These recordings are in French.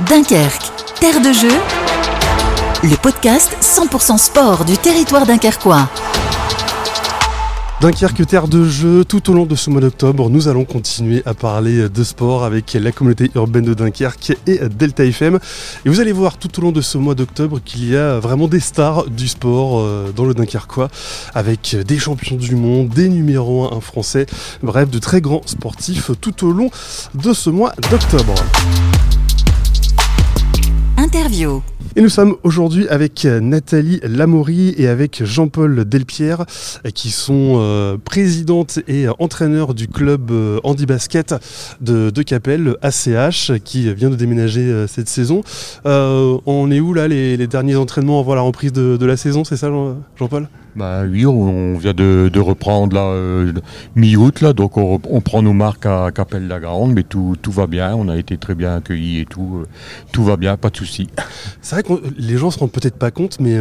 Dunkerque, terre de jeu, le podcast 100% sport du territoire dunkerquois. Dunkerque, terre de jeu, tout au long de ce mois d'octobre, nous allons continuer à parler de sport avec la communauté urbaine de Dunkerque et Delta FM. Et vous allez voir tout au long de ce mois d'octobre qu'il y a vraiment des stars du sport dans le Dunkerquois, avec des champions du monde, des numéros 1 français, bref, de très grands sportifs tout au long de ce mois d'octobre. Interview. Et nous sommes aujourd'hui avec Nathalie Lamoury et avec Jean-Paul Delpierre qui sont présidente et entraîneurs du club handi-basket de Capelle, le ACH, qui vient de déménager cette saison. On est où là, les derniers entraînements avant la reprise de la saison, c'est ça Jean-Paul ? Bah oui, on vient de reprendre là, mi-août, là, donc on prend nos marques à Capelle-la-Grande, mais tout va bien, on a été très bien accueillis et tout va bien, pas de soucis. C'est vrai que les gens se rendent peut-être pas compte, mais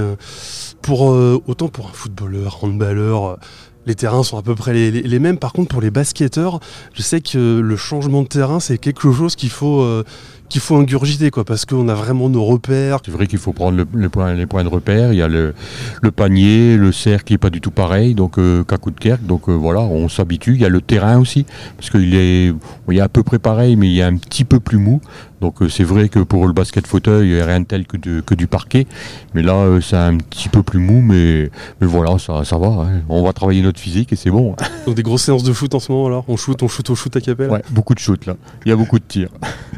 autant pour un footballeur, handballeur, les terrains sont à peu près les mêmes. Par contre, pour les basketteurs, je sais que le changement de terrain, c'est quelque chose qu'il faut ingurgiter, quoi, parce qu'on a vraiment nos repères. C'est vrai qu'il faut prendre les points de repère. Il y a le panier, le cercle qui n'est pas du tout pareil, donc qu'à Coudekerque. Donc voilà, on s'habitue. Il y a le terrain aussi, parce qu'il est à peu près pareil, mais il est un petit peu plus mou. Donc c'est vrai que pour le basket fauteuil, il n'y a rien de tel que du parquet. Mais là, c'est un petit peu plus mou, mais voilà, ça va. Hein. On va travailler notre physique et c'est bon. Donc des grosses séances de foot en ce moment, alors on shoot à Capelle. Ouais, beaucoup de shoot là. Il y a beaucoup de tirs.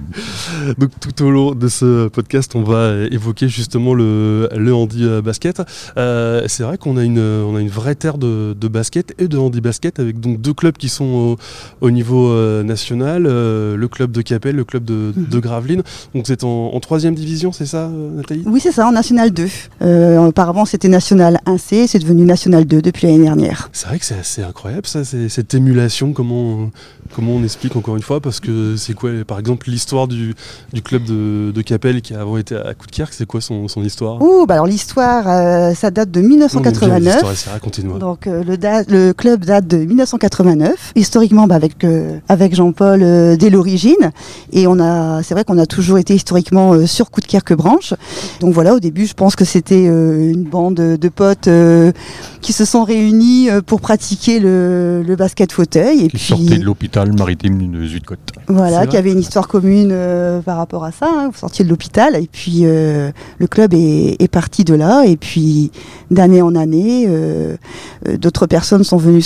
Donc tout au long de ce podcast, on va évoquer justement le handi-basket. C'est vrai qu'on a une vraie terre de basket et de handi-basket, avec donc deux clubs qui sont au niveau national, le club de Capelle, le club de Gravelines. Donc c'est en 3e division, c'est ça Nathalie ? Oui, c'est ça, en National 2. Auparavant c'était National 1C, c'est devenu National 2 depuis l'année dernière. C'est vrai que c'est assez incroyable ça, cette émulation, comment on explique encore une fois, parce que c'est quoi par exemple l'histoire du club de Capelle qui a avant été à Coudekerque, c'est quoi son histoire ? Alors l'histoire, ça date de 1989. L'histoire, racontez-nous. Donc le club date de 1989, historiquement avec Jean-Paul dès l'origine, et c'est vrai qu'on a toujours été historiquement sur Coudekerque-Branche. Donc voilà, au début je pense que c'était une bande de potes qui se sont réunis pour pratiquer le basket fauteuil. Et qui sortaient de l'hôpital maritime de Zuidcote. Voilà, qui avait une histoire commune par rapport à ça, vous sortiez de l'hôpital, et puis le club est parti de là, et puis d'année en année, d'autres personnes sont venues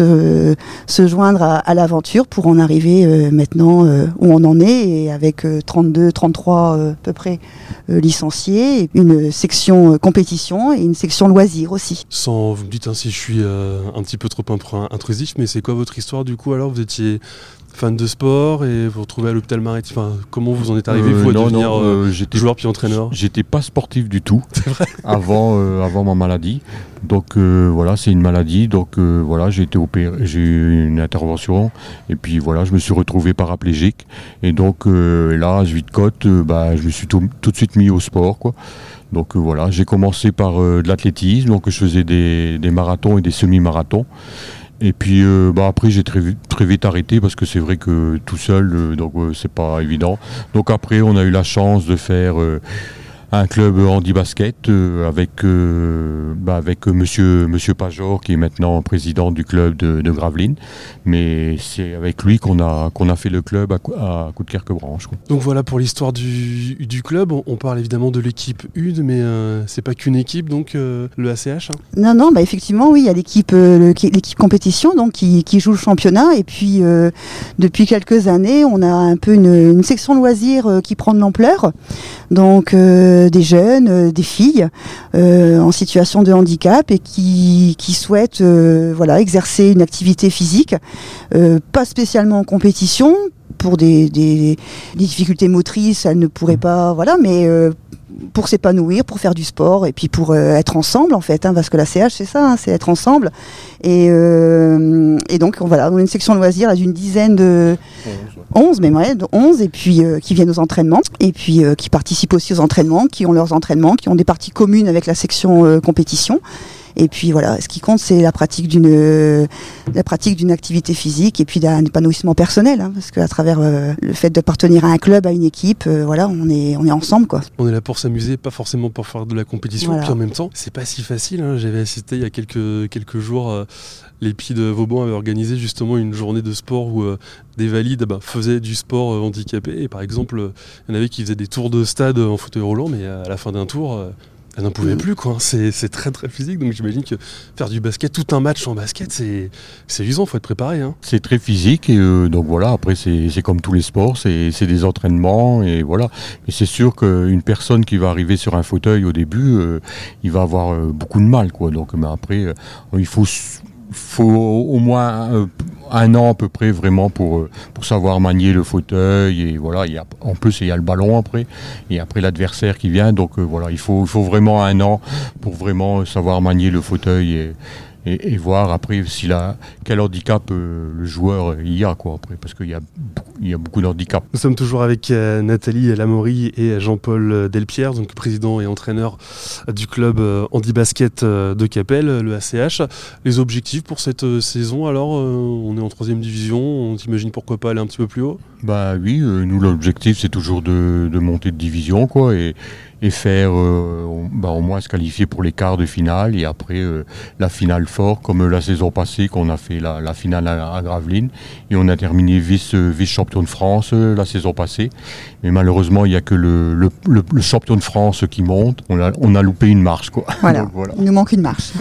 se joindre à l'aventure pour en arriver maintenant où on en est, et avec 32, 33 à peu près licenciés, une section compétition et une section loisirs aussi. Vous me dites si je suis un petit peu trop intrusif, mais c'est quoi votre histoire du coup alors ? Vous étiez fan de sport et vous vous retrouvez à l'hôpital maritime. Enfin, comment vous en êtes arrivé à devenir joueur puis entraîneur ? J'étais pas sportif du tout. C'est vrai. avant ma maladie. Donc voilà, c'est une maladie. Donc voilà, j'ai été opéré, j'ai eu une intervention et puis voilà, je me suis retrouvé paraplégique. Et donc là, à Zuidcote, je me suis tout de suite mis au sport, quoi. Donc voilà, j'ai commencé par de l'athlétisme. Donc je faisais des marathons et des semi-marathons. Et puis après j'ai très vite arrêté parce que c'est vrai que tout seul c'est pas évident. Donc après on a eu la chance de faire un club handi-basket avec monsieur Pajor qui est maintenant président du club de Gravelines, mais c'est avec lui qu'on a fait le club à Coudekerque-Branche, quoi. Donc voilà pour l'histoire du club. On parle évidemment de l'équipe UD, mais c'est pas qu'une équipe, donc le ACH. Hein. Non, effectivement oui, il y a l'équipe compétition donc qui joue le championnat, et puis depuis quelques années on a un peu une section loisirs qui prend de l'ampleur, donc des jeunes, des filles en situation de handicap et qui souhaitent exercer une activité physique, pas spécialement en compétition, pour des difficultés motrices, elles ne pourraient pas, mais pour s'épanouir, pour faire du sport et puis pour être ensemble en fait, parce que la CH c'est ça, c'est être ensemble, et donc voilà, on a une section loisirs d'une dizaine Ouais. 11, mais ouais, 11, et puis qui viennent aux entraînements, et puis qui participent aussi aux entraînements, qui ont leurs entraînements, qui ont des parties communes avec la section compétition. Et puis voilà, ce qui compte, c'est la pratique d'une activité physique et puis d'un épanouissement personnel, hein, parce qu'à travers le fait d'appartenir à un club, à une équipe, voilà, on est ensemble, quoi. On est là pour s'amuser, pas forcément pour faire de la compétition. Voilà. Puis en même temps, c'est pas si facile, hein. J'avais assisté il y a quelques jours, les Pies de Vauban avaient organisé justement une journée de sport où des valides faisaient du sport handicapé. Et par exemple, il y en avait qui faisaient des tours de stade en fauteuil roulant, mais à la fin d'un tour... elle n'en pouvait plus, quoi. C'est très très physique, donc j'imagine que faire du basket, tout un match en basket, c'est usant, faut être préparé, hein. C'est très physique, et donc voilà, après c'est comme tous les sports, c'est des entraînements, et voilà. Mais c'est sûr qu'une personne qui va arriver sur un fauteuil au début, il va avoir beaucoup de mal, quoi. Donc, mais après, il faut au moins un an à peu près vraiment pour savoir manier le fauteuil, et voilà, en plus il y a le ballon après, et après l'adversaire qui vient, donc voilà, il faut vraiment un an pour vraiment savoir manier le fauteuil et voir après quel handicap le joueur y a, quoi, après, parce qu'il y a beaucoup d'handicaps. Nous sommes toujours avec Nathalie Lamaury et Jean-Paul Delpierre, donc président et entraîneur du club handi-basket de Capelle, le ACH. Les objectifs pour cette saison, alors, on est en 3e division, on t'imagine pourquoi pas aller un petit peu plus haut ? Bah oui, nous l'objectif c'est toujours de monter de division, quoi, et faire au moins se qualifier pour les quarts de finale, et après la finale fort, comme la saison passée qu'on a fait la finale à Gravelines, et on a terminé vice-champion de France la saison passée, mais malheureusement il n'y a que le champion de France qui monte, on a loupé une marche, quoi. Voilà. Donc, voilà. Il nous manque une marche.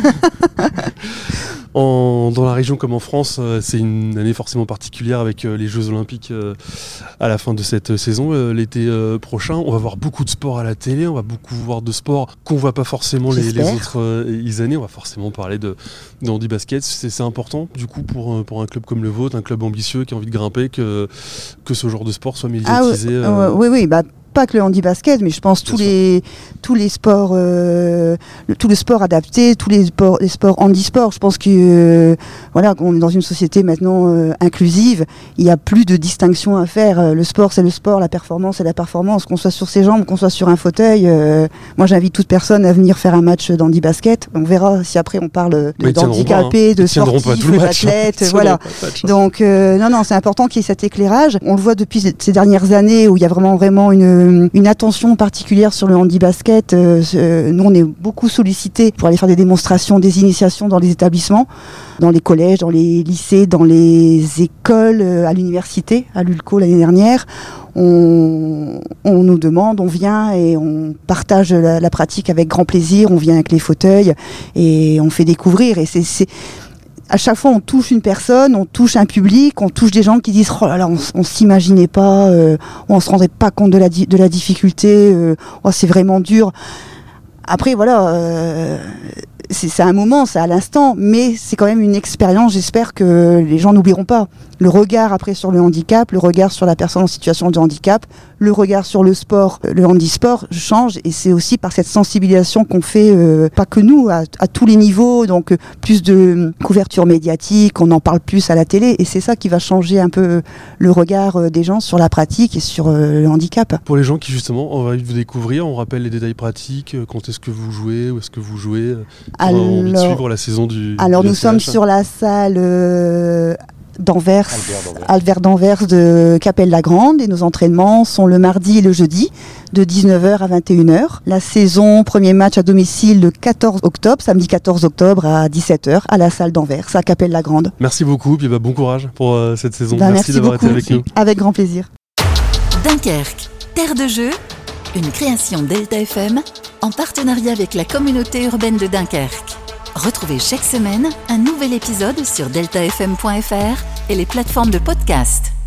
Dans la région comme en France, c'est une année forcément particulière avec les Jeux Olympiques à la fin de cette saison. L'été prochain, on va voir beaucoup de sport à la télé, on va beaucoup voir de sport qu'on ne voit pas forcément les autres années. On va forcément parler de handi-basket. C'est important du coup pour un club comme le vôtre, un club ambitieux qui a envie de grimper, que ce genre de sport soit médiatisé. Oui, pas que le handi-basket, mais je pense tous les sports, tout le sport adapté, tous les sports handisport. Je pense que voilà, on est dans une société maintenant inclusive. Il n'y a plus de distinction à faire. Le sport, c'est le sport, la performance, c'est la performance. Qu'on soit sur ses jambes, qu'on soit sur un fauteuil. Moi, j'invite toute personne à venir faire un match d'handi-basket. On verra si après on parle d'handicapés, de sportifs, d'athlètes, voilà. Donc non, c'est important qu'il y ait cet éclairage. On le voit depuis ces dernières années où il y a vraiment une attention particulière sur le handi-basket. Nous, on est beaucoup sollicités pour aller faire des démonstrations, des initiations dans les établissements, dans les collèges, dans les lycées, dans les écoles, à l'université, à l'ULCO l'année dernière. On nous demande, on vient et on partage la pratique avec grand plaisir. On vient avec les fauteuils et on fait découvrir. Et à chaque fois, on touche une personne, on touche un public, on touche des gens qui disent « Oh là là, on s'imaginait pas, on se rendait pas compte de la difficulté, oh, c'est vraiment dur. » Après, voilà, c'est un moment, c'est à l'instant, mais c'est quand même une expérience. J'espère que les gens n'oublieront pas. Le regard après sur le handicap, le regard sur la personne en situation de handicap, le regard sur le sport, le handisport change, et c'est aussi par cette sensibilisation qu'on fait, pas que nous, à tous les niveaux, donc plus de couverture médiatique, on en parle plus à la télé, et c'est ça qui va changer un peu le regard des gens sur la pratique et sur le handicap. Pour les gens qui justement ont envie de vous découvrir, on rappelle les détails pratiques, quand est-ce que vous jouez, où est-ce que vous jouez, qui ont envie de suivre la saison du nous sommes sur la salle Albert d'Anvers de Capelle-la-Grande, et nos entraînements sont le mardi et le jeudi de 19h à 21h. La saison, premier match à domicile le 14 octobre, samedi 14 octobre à 17h à la salle d'Anvers à Capelle-la-Grande. Merci beaucoup, puis bon courage pour cette saison. Merci d'avoir beaucoup. été avec nous. Avec grand plaisir. Dunkerque, terre de jeu, une création Delta FM en partenariat avec la communauté urbaine de Dunkerque. Retrouvez chaque semaine un nouvel épisode sur deltafm.fr et les plateformes de podcast.